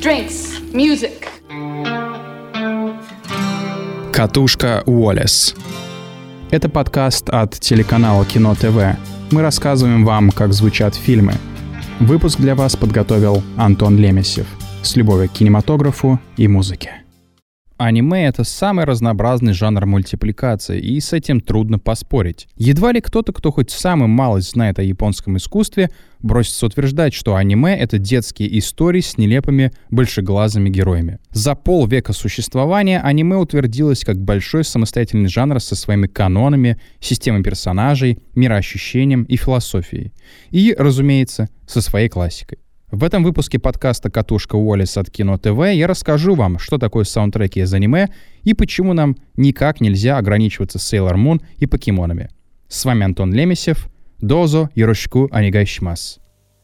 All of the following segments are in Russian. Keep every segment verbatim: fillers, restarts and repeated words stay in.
drinks, music. Катушка Уоллес. Это подкаст от телеканала Кино ТВ. Мы рассказываем вам, как звучат фильмы. Выпуск для вас подготовил Антон Лемесев. С любовью к кинематографу и музыке. Аниме — это самый разнообразный жанр мультипликации, и с этим трудно поспорить. Едва ли кто-то, кто хоть самый малость знает о японском искусстве, бросится утверждать, что аниме — это детские истории с нелепыми большеглазыми героями. За полвека существования аниме утвердилось как большой самостоятельный жанр со своими канонами, системой персонажей, мироощущением и философией. И, разумеется, со своей классикой. В этом выпуске подкаста «Катушка Уоллес» от Кино ТВ я расскажу вам, что такое саундтреки из аниме и почему нам никак нельзя ограничиваться Sailor Moon и покемонами. С вами Антон Лемесев. Дозо Йорошику онегайшимасу.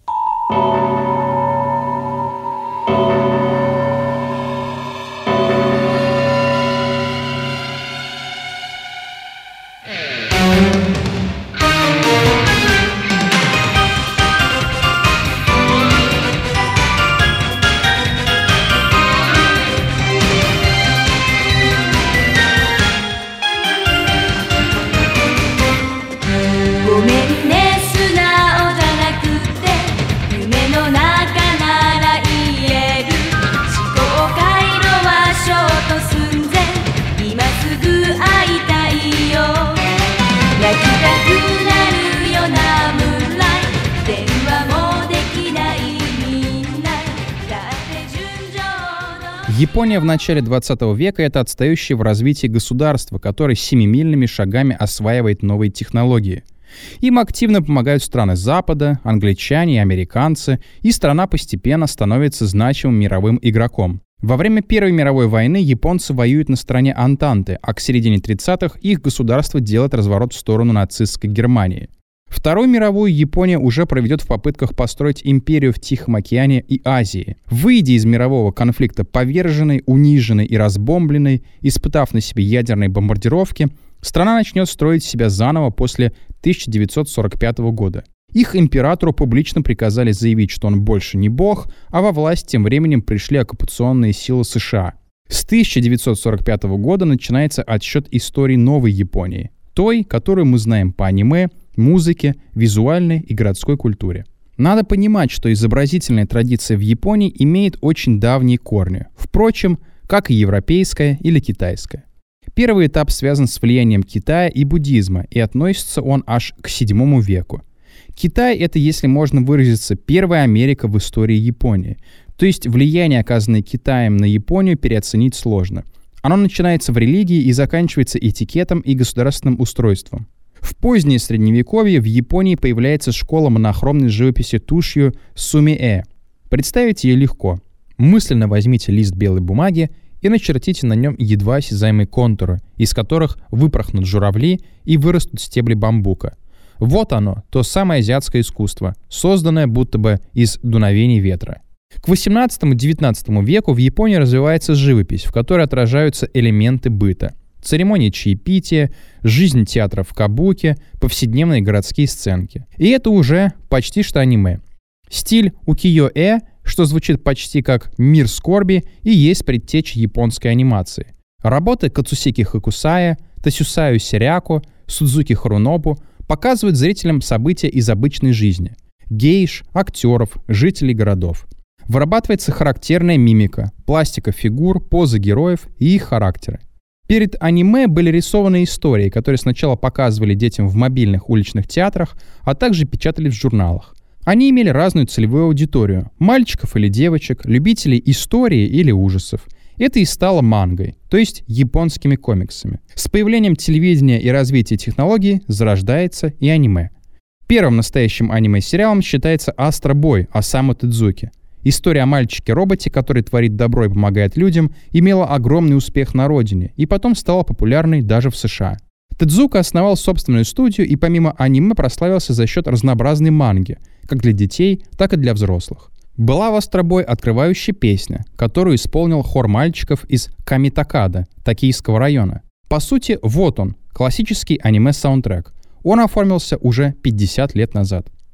Япония в начале двадцатого века — это отстающее в развитии государство, которое семимильными шагами осваивает новые технологии. Им активно помогают страны Запада, англичане и американцы, и страна постепенно становится значимым мировым игроком. Во время Первой мировой войны японцы воюют на стороне Антанты, а к середине тридцатых их государство делает разворот в сторону нацистской Германии. Вторую мировую Япония уже проведет в попытках построить империю в Тихом океане и Азии. Выйдя из мирового конфликта поверженной, униженной и разбомбленной, испытав на себе ядерные бомбардировки, страна начнет строить себя заново после тысяча девятьсот сорок пятого года. Их императору публично приказали заявить, что он больше не бог, а во власть тем временем пришли оккупационные силы США. С тысяча девятьсот сорок пятого года начинается отсчет истории новой Японии, той, которую мы знаем по аниме, музыке, визуальной и городской культуре. Надо понимать, что изобразительная традиция в Японии имеет очень давние корни, впрочем, как и европейская или китайская. Первый этап связан с влиянием Китая и буддизма, и относится он аж к седьмому веку. Китай — это, если можно выразиться, первая Америка в истории Японии, то есть влияние, оказанное Китаем на Японию, переоценить сложно. Оно начинается в религии и заканчивается этикетом и государственным устройством. В позднее Средневековье в Японии появляется школа монохромной живописи тушью Сумиэ. Представить ее легко. Мысленно возьмите лист белой бумаги и начертите на нем едва осязаемые контуры, из которых выпорхнут журавли и вырастут стебли бамбука. Вот оно, то самое азиатское искусство, созданное будто бы из дуновений ветра. К восемнадцатому-девятнадцатому веку в Японии развивается живопись, в которой отражаются элементы быта. Церемонии чаепития, жизнь театра в кабуки, повседневные городские сценки. И это уже почти что аниме. Стиль укиё-э, что звучит почти как «мир скорби», и есть предтеча японской анимации. Работы Кацусики Хокусая, Тасюсаю Сиряко, Судзуки Харунобу показывают зрителям события из обычной жизни. Гейш, актеров, жителей городов. Вырабатывается характерная мимика, пластика фигур, позы героев и их характеры. Перед аниме были рисованы истории, которые сначала показывали детям в мобильных уличных театрах, а также печатали в журналах. Они имели разную целевую аудиторию – мальчиков или девочек, любителей истории или ужасов. Это и стало мангой, то есть японскими комиксами. С появлением телевидения и развития технологий зарождается и аниме. Первым настоящим аниме-сериалом считается «Астро Бой» Осаму Тедзуки. История о мальчике-роботе, который творит добро и помогает людям, имела огромный успех на родине и потом стала популярной даже в США. Тедзука основал собственную студию и помимо аниме прославился за счет разнообразной манги, как для детей, так и для взрослых. Была в «Астро Бой» открывающая песня, которую исполнил хор мальчиков из Камитакада, Токийского района. По сути, вот он, классический аниме-саундтрек. Он оформился уже пятьдесят лет назад. —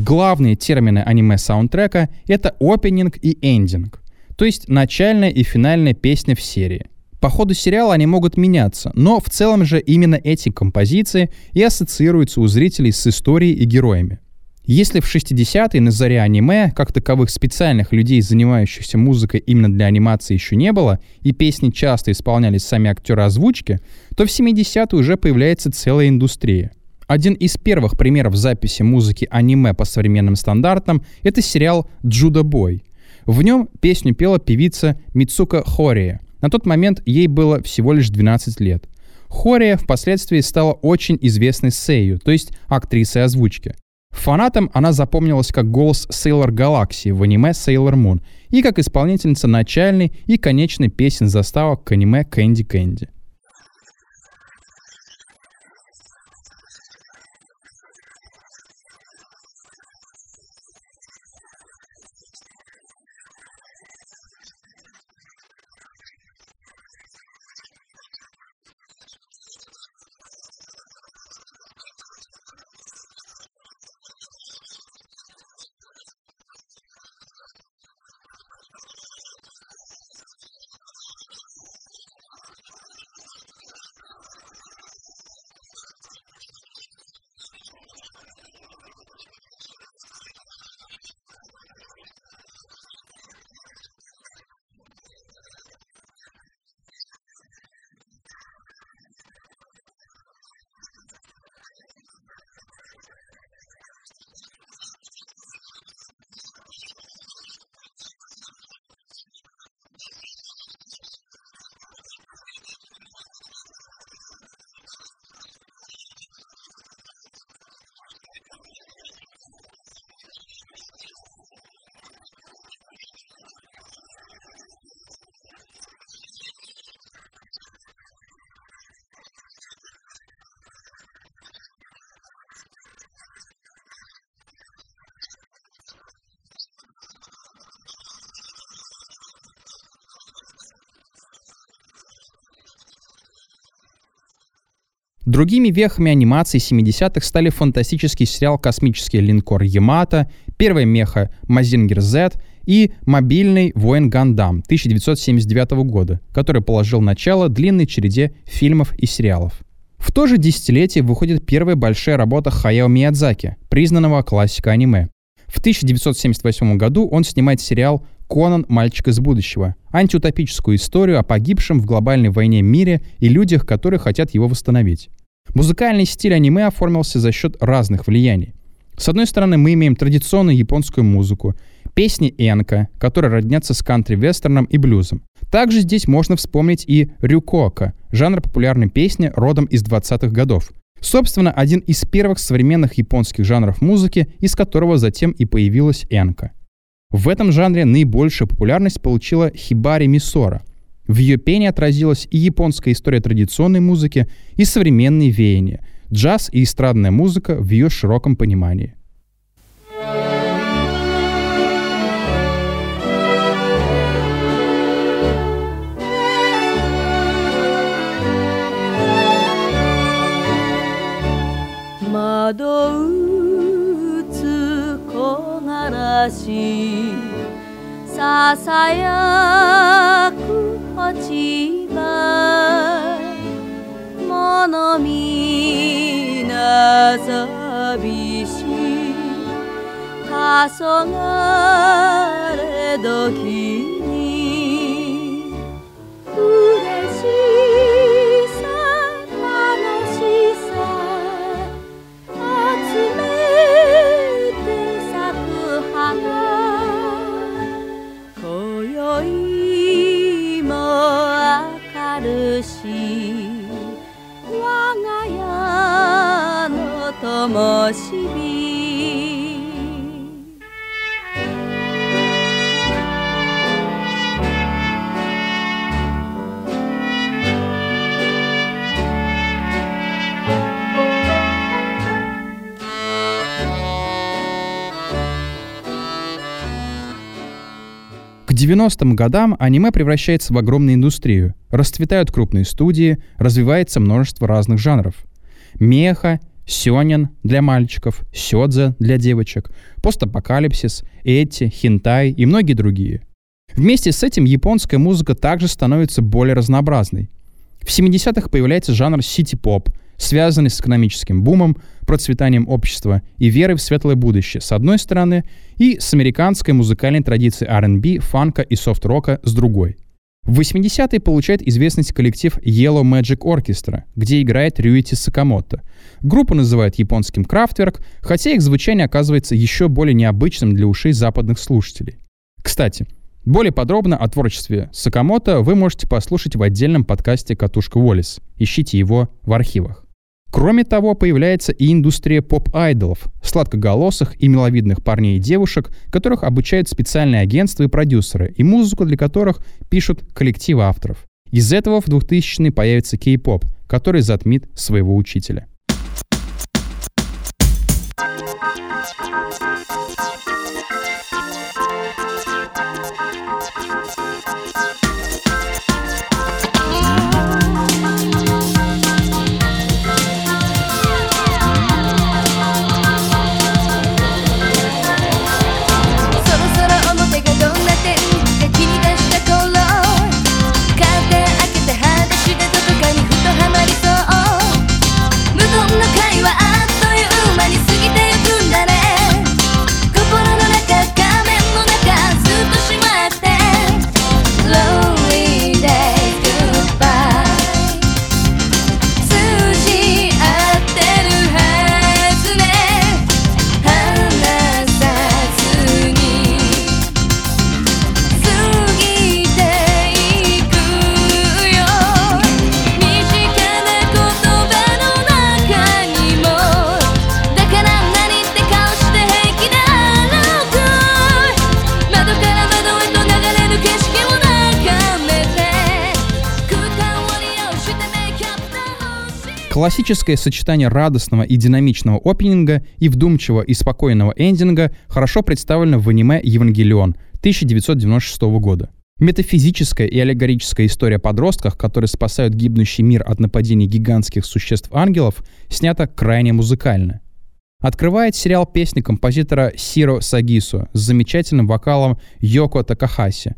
Главные термины аниме-саундтрека — это опенинг и эндинг, то есть начальная и финальная песня в серии. По ходу сериала они могут меняться, но в целом же именно эти композиции и ассоциируются у зрителей с историей и героями. Если в шестидесятые на заре аниме, как таковых специальных людей, занимающихся музыкой именно для анимации, еще не было, и песни часто исполнялись сами актеры озвучки, то в семидесятые уже появляется целая индустрия. Один из первых примеров записи музыки аниме по современным стандартам — это сериал «Джудо Бой». В нем песню пела певица Мицука Хория. На тот момент ей было всего лишь двенадцать лет. Хория впоследствии стала очень известной сэйю, то есть актрисой озвучки. Фанатам она запомнилась как голос Сейлор Галаксии в аниме Sailor Moon и как исполнительница начальной и конечной песен заставок к аниме Candy Candy. Другими вехами анимации семидесятых стали фантастический сериал «Космический линкор Ямато», «Первая меха Мазингер Z» и «Мобильный воин Гандам» тысяча девятьсот семьдесят девятого года, который положил начало длинной череде фильмов и сериалов. В то же десятилетие выходит первая большая работа Хаяо Миядзаки, признанного классика аниме. В тысяча девятьсот семьдесят восьмом году он снимает сериал «Конан. Мальчик из будущего», антиутопическую историю о погибшем в глобальной войне мире и людях, которые хотят его восстановить. Музыкальный стиль аниме оформился за счет разных влияний. С одной стороны, мы имеем традиционную японскую музыку, песни энка, которые роднятся с кантри-вестерном и блюзом. Также здесь можно вспомнить и рюкока, жанр популярной песни родом из двадцатых годов. Собственно, один из первых современных японских жанров музыки, из которого затем и появилась энка. В этом жанре наибольшую популярность получила Хибари Мисора. В ее пении отразилась и японская история традиционной музыки, и современные веяния, джаз и эстрадная музыка в ее широком понимании. ささやく落ち葉物みな寂し黄昏時に嬉しさ楽しさ集めて咲く花今も明るし我が家の灯火 К девяностым годам аниме превращается в огромную индустрию. Расцветают крупные студии, развивается множество разных жанров. Меха, сёнэн для мальчиков, сёдзе для девочек, постапокалипсис, эти, хентай и многие другие. Вместе с этим японская музыка также становится более разнообразной. В семидесятых появляется жанр сити-поп, связанный с экономическим бумом, процветанием общества и верой в светлое будущее с одной стороны, и с американской музыкальной традицией ар энд би, фанка и софт-рока с другой. В восьмидесятые получает известность коллектив Yellow Magic Orchestra, где играет Рюити Сакамото. Группу называют японским Kraftwerk, хотя их звучание оказывается еще более необычным для ушей западных слушателей. Кстати, более подробно о творчестве Сакамото вы можете послушать в отдельном подкасте «Катушка Уоллес». Ищите его в архивах. Кроме того, появляется и индустрия поп-айдолов, сладкоголосых и миловидных парней и девушек, которых обучают специальные агентства и продюсеры, и музыку для которых пишут коллективы авторов. Из этого в двухтысячные появится кей-поп, который затмит своего учителя. Классическое сочетание радостного и динамичного опенинга и вдумчивого и спокойного эндинга хорошо представлено в аниме «Евангелион» тысяча девятьсот девяносто шестого года. Метафизическая и аллегорическая история о подростках, которые спасают гибнущий мир от нападений гигантских существ-ангелов, снята крайне музыкально. Открывает сериал песня композитора Сиро Сагисо с замечательным вокалом Йоко Такахаси.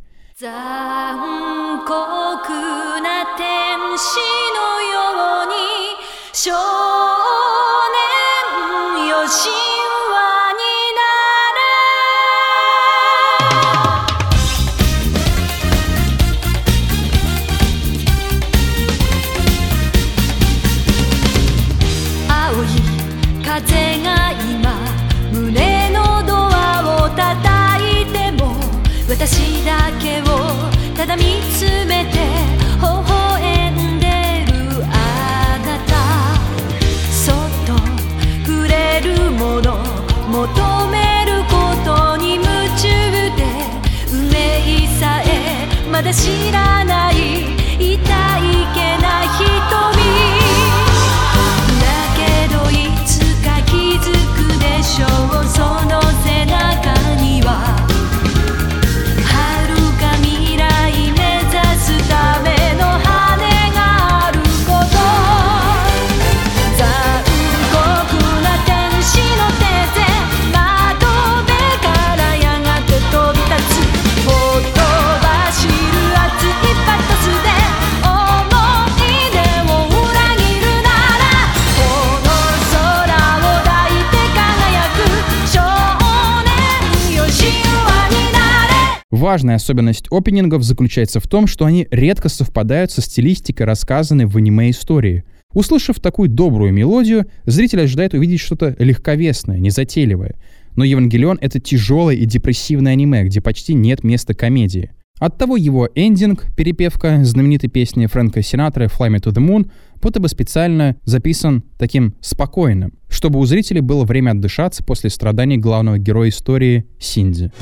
Важная особенность опенингов заключается в том, что они редко совпадают со стилистикой, рассказанной в аниме-истории. Услышав такую добрую мелодию, зритель ожидает увидеть что-то легковесное, незатейливое. Но «Евангелион» — это тяжелое и депрессивное аниме, где почти нет места комедии. Оттого его эндинг, перепевка знаменитой песни Фрэнка Синатры «Fly Me to the Moon», будто бы специально записан таким спокойным, чтобы у зрителей было время отдышаться после страданий главного героя истории Синди.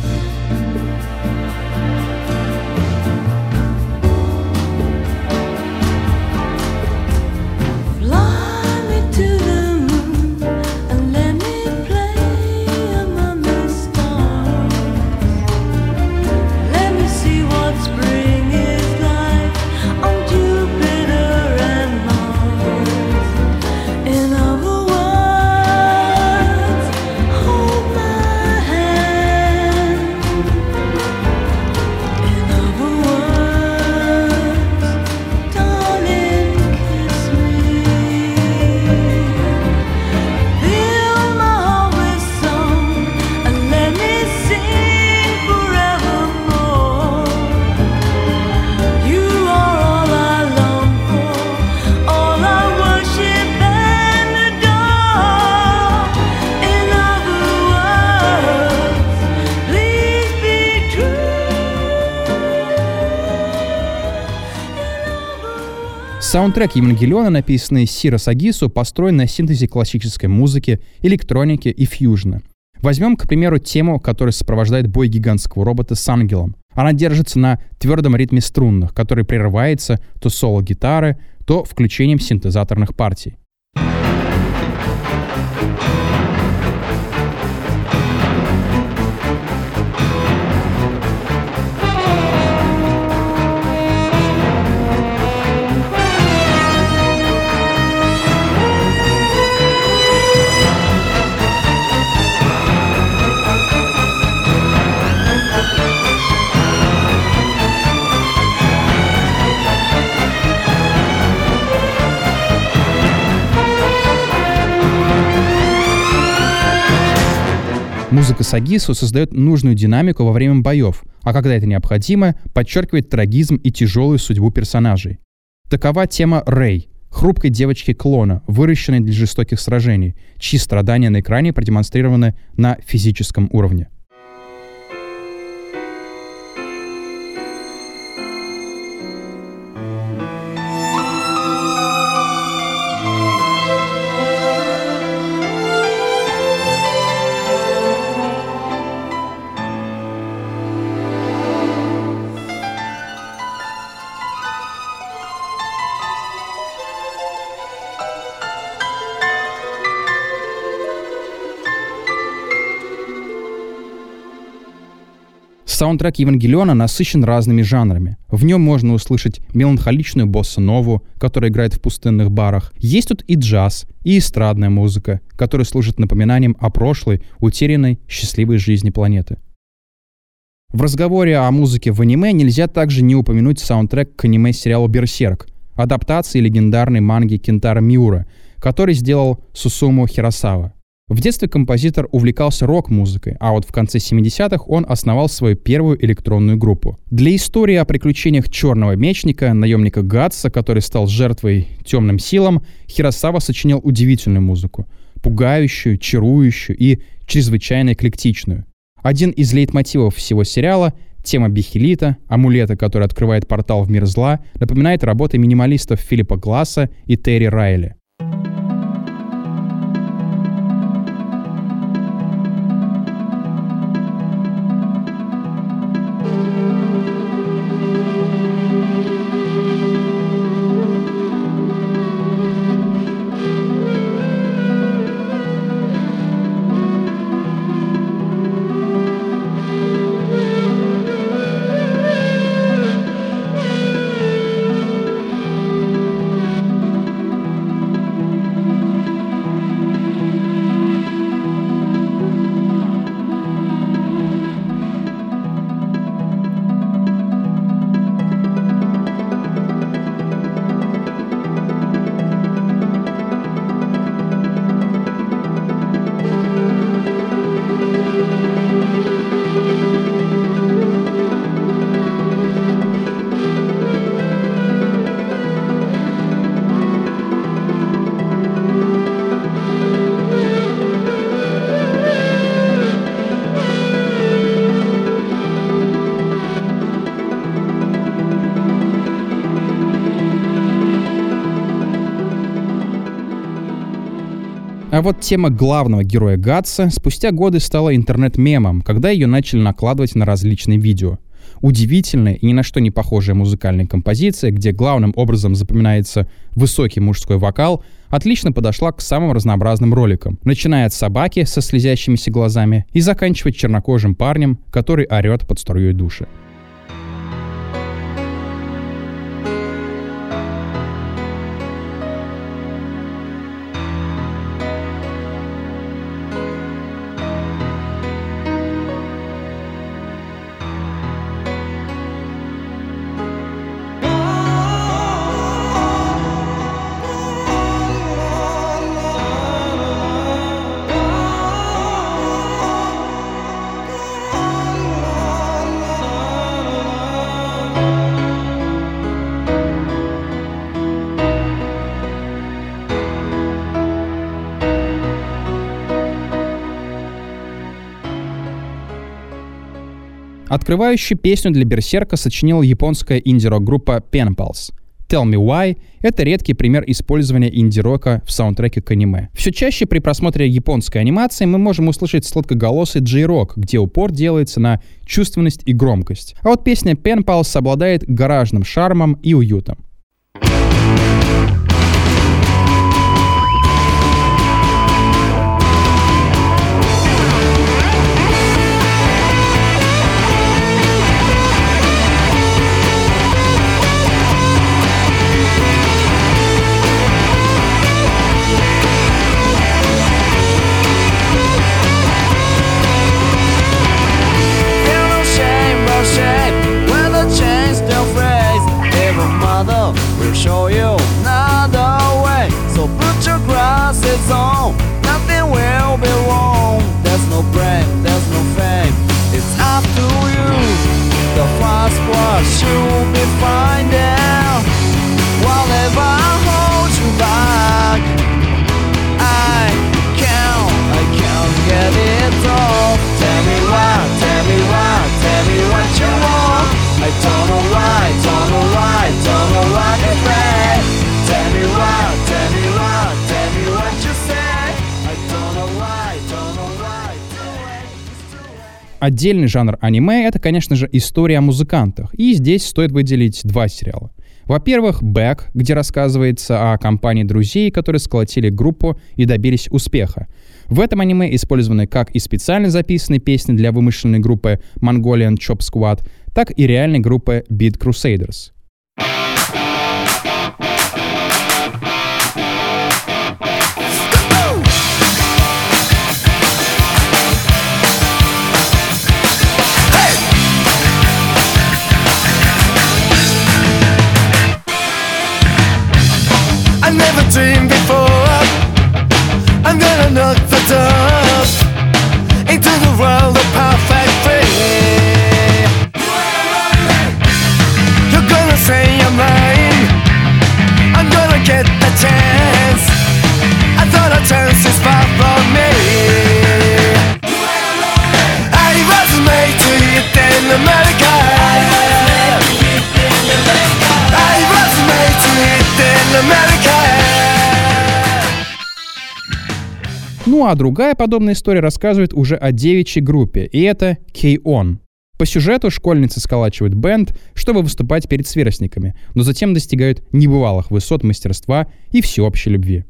In other words Саундтрек «Евангелиона», написанный Сиро Сагису, построен на синтезе классической музыки, электроники и фьюжна. Возьмем, к примеру, тему, которая сопровождает бой гигантского робота с ангелом. Она держится на твердом ритме струнных, который прерывается то соло гитары, то включением синтезаторных партий. Музыка Сагису создает нужную динамику во время боев, а когда это необходимо, подчеркивает трагизм и тяжелую судьбу персонажей. Такова тема Рэй, хрупкой девочки-клона, выращенной для жестоких сражений, чьи страдания на экране продемонстрированы на физическом уровне. Саундтрек «Евангелиона» насыщен разными жанрами. В нем можно услышать меланхоличную босса-нову, которая играет в пустынных барах. Есть тут и джаз, и эстрадная музыка, которая служит напоминанием о прошлой, утерянной, счастливой жизни планеты. В разговоре о музыке в аниме нельзя также не упомянуть саундтрек к аниме-сериалу «Берсерк», адаптации легендарной манги Кентаро Миура, который сделал Сусуму Хиросава. В детстве композитор увлекался рок-музыкой, а вот в конце семидесятых он основал свою первую электронную группу. Для истории о приключениях черного мечника, наемника Гатса, который стал жертвой темным силам, Хиросава сочинил удивительную музыку, пугающую, чарующую и чрезвычайно эклектичную. Один из лейтмотивов всего сериала — тема Бихелита, амулета, который открывает портал в мир зла, напоминает работы минималистов Филиппа Гласса и Терри Райли. А вот тема главного героя Гатса спустя годы стала интернет-мемом, когда ее начали накладывать на различные видео. Удивительная и ни на что не похожая музыкальная композиция, где главным образом запоминается высокий мужской вокал, отлично подошла к самым разнообразным роликам, начиная от собаки со слезящимися глазами и заканчивая чернокожим парнем, который орет под струей души. Открывающую песню для Берсерка сочинила японская инди-рок-группа Pen Pals. Tell Me Why — это редкий пример использования инди-рока в саундтреке к аниме. Все чаще при просмотре японской анимации мы можем услышать сладкоголосый джей-рок, где упор делается на чувственность и громкость. А вот песня Pen Pals обладает гаражным шармом и уютом. Show you another way. So put your glasses on. Nothing will be wrong. There's no blame, there's no fame. It's up to you. The first word should be finding. Whatever holds you back, I can't, I can't get it off. Tell me why, tell me why, tell me what you want. I don't know why, don't know why, don't know why you say. Tell me why, tell me why, tell me what you say. I don't know why, don't know why, too late, it's too late. Отдельный жанр аниме — это, конечно же, история о музыкантах. И здесь стоит выделить два сериала. Во-первых, Back, где рассказывается о компании друзей, которые сколотили группу и добились успеха. В этом аниме использованы как и специально записанные песни для вымышленной группы Mongolian Chop Squad, так и реальной группы Beat Crusaders. I never dreamed before I'm gonna knock the door into the world of perfect free. You're gonna say I'm lying. I'm gonna get the chance. I thought a chance is far from me. I was made to hit in America. I was made to hit in America. Ну а другая подобная история рассказывает уже о девичьей группе, и это K-On. По сюжету школьницы сколачивают бэнд, чтобы выступать перед сверстниками, но затем достигают небывалых высот мастерства и всеобщей любви.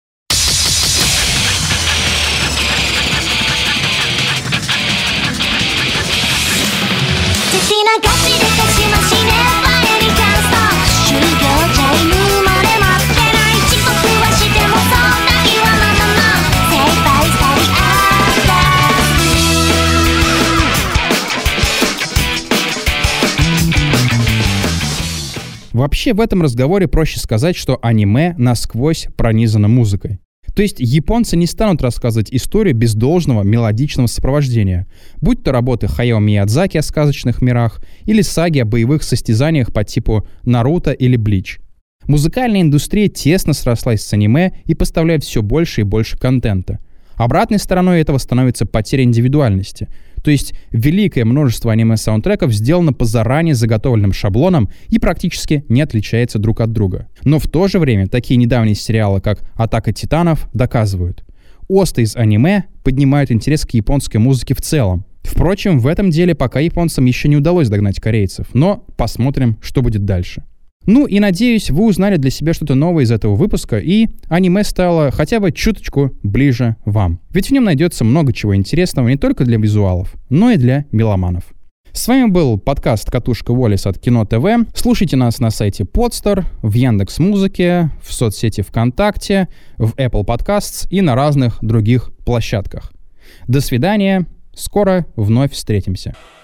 Вообще, в этом разговоре проще сказать, что аниме насквозь пронизано музыкой. То есть японцы не станут рассказывать историю без должного мелодичного сопровождения, будь то работы Хаяо Миядзаки о сказочных мирах или саги о боевых состязаниях по типу Наруто или Блич. Музыкальная индустрия тесно срослась с аниме и поставляет все больше и больше контента. Обратной стороной этого становится потеря индивидуальности. То есть великое множество аниме-саундтреков сделано по заранее заготовленным шаблонам и практически не отличается друг от друга. Но в то же время такие недавние сериалы, как «Атака титанов», доказывают. Осты из аниме поднимают интерес к японской музыке в целом. Впрочем, в этом деле пока японцам еще не удалось догнать корейцев, но посмотрим, что будет дальше. Ну и надеюсь, вы узнали для себя что-то новое из этого выпуска, и аниме стало хотя бы чуточку ближе вам. Ведь в нем найдется много чего интересного не только для визуалов, но и для меломанов. С вами был подкаст «Катушка Волис» от Кино ТВ. Слушайте нас на сайте Podster, в Яндекс.Музыке, в соцсети ВКонтакте, в Apple Podcasts и на разных других площадках. До свидания, скоро вновь встретимся.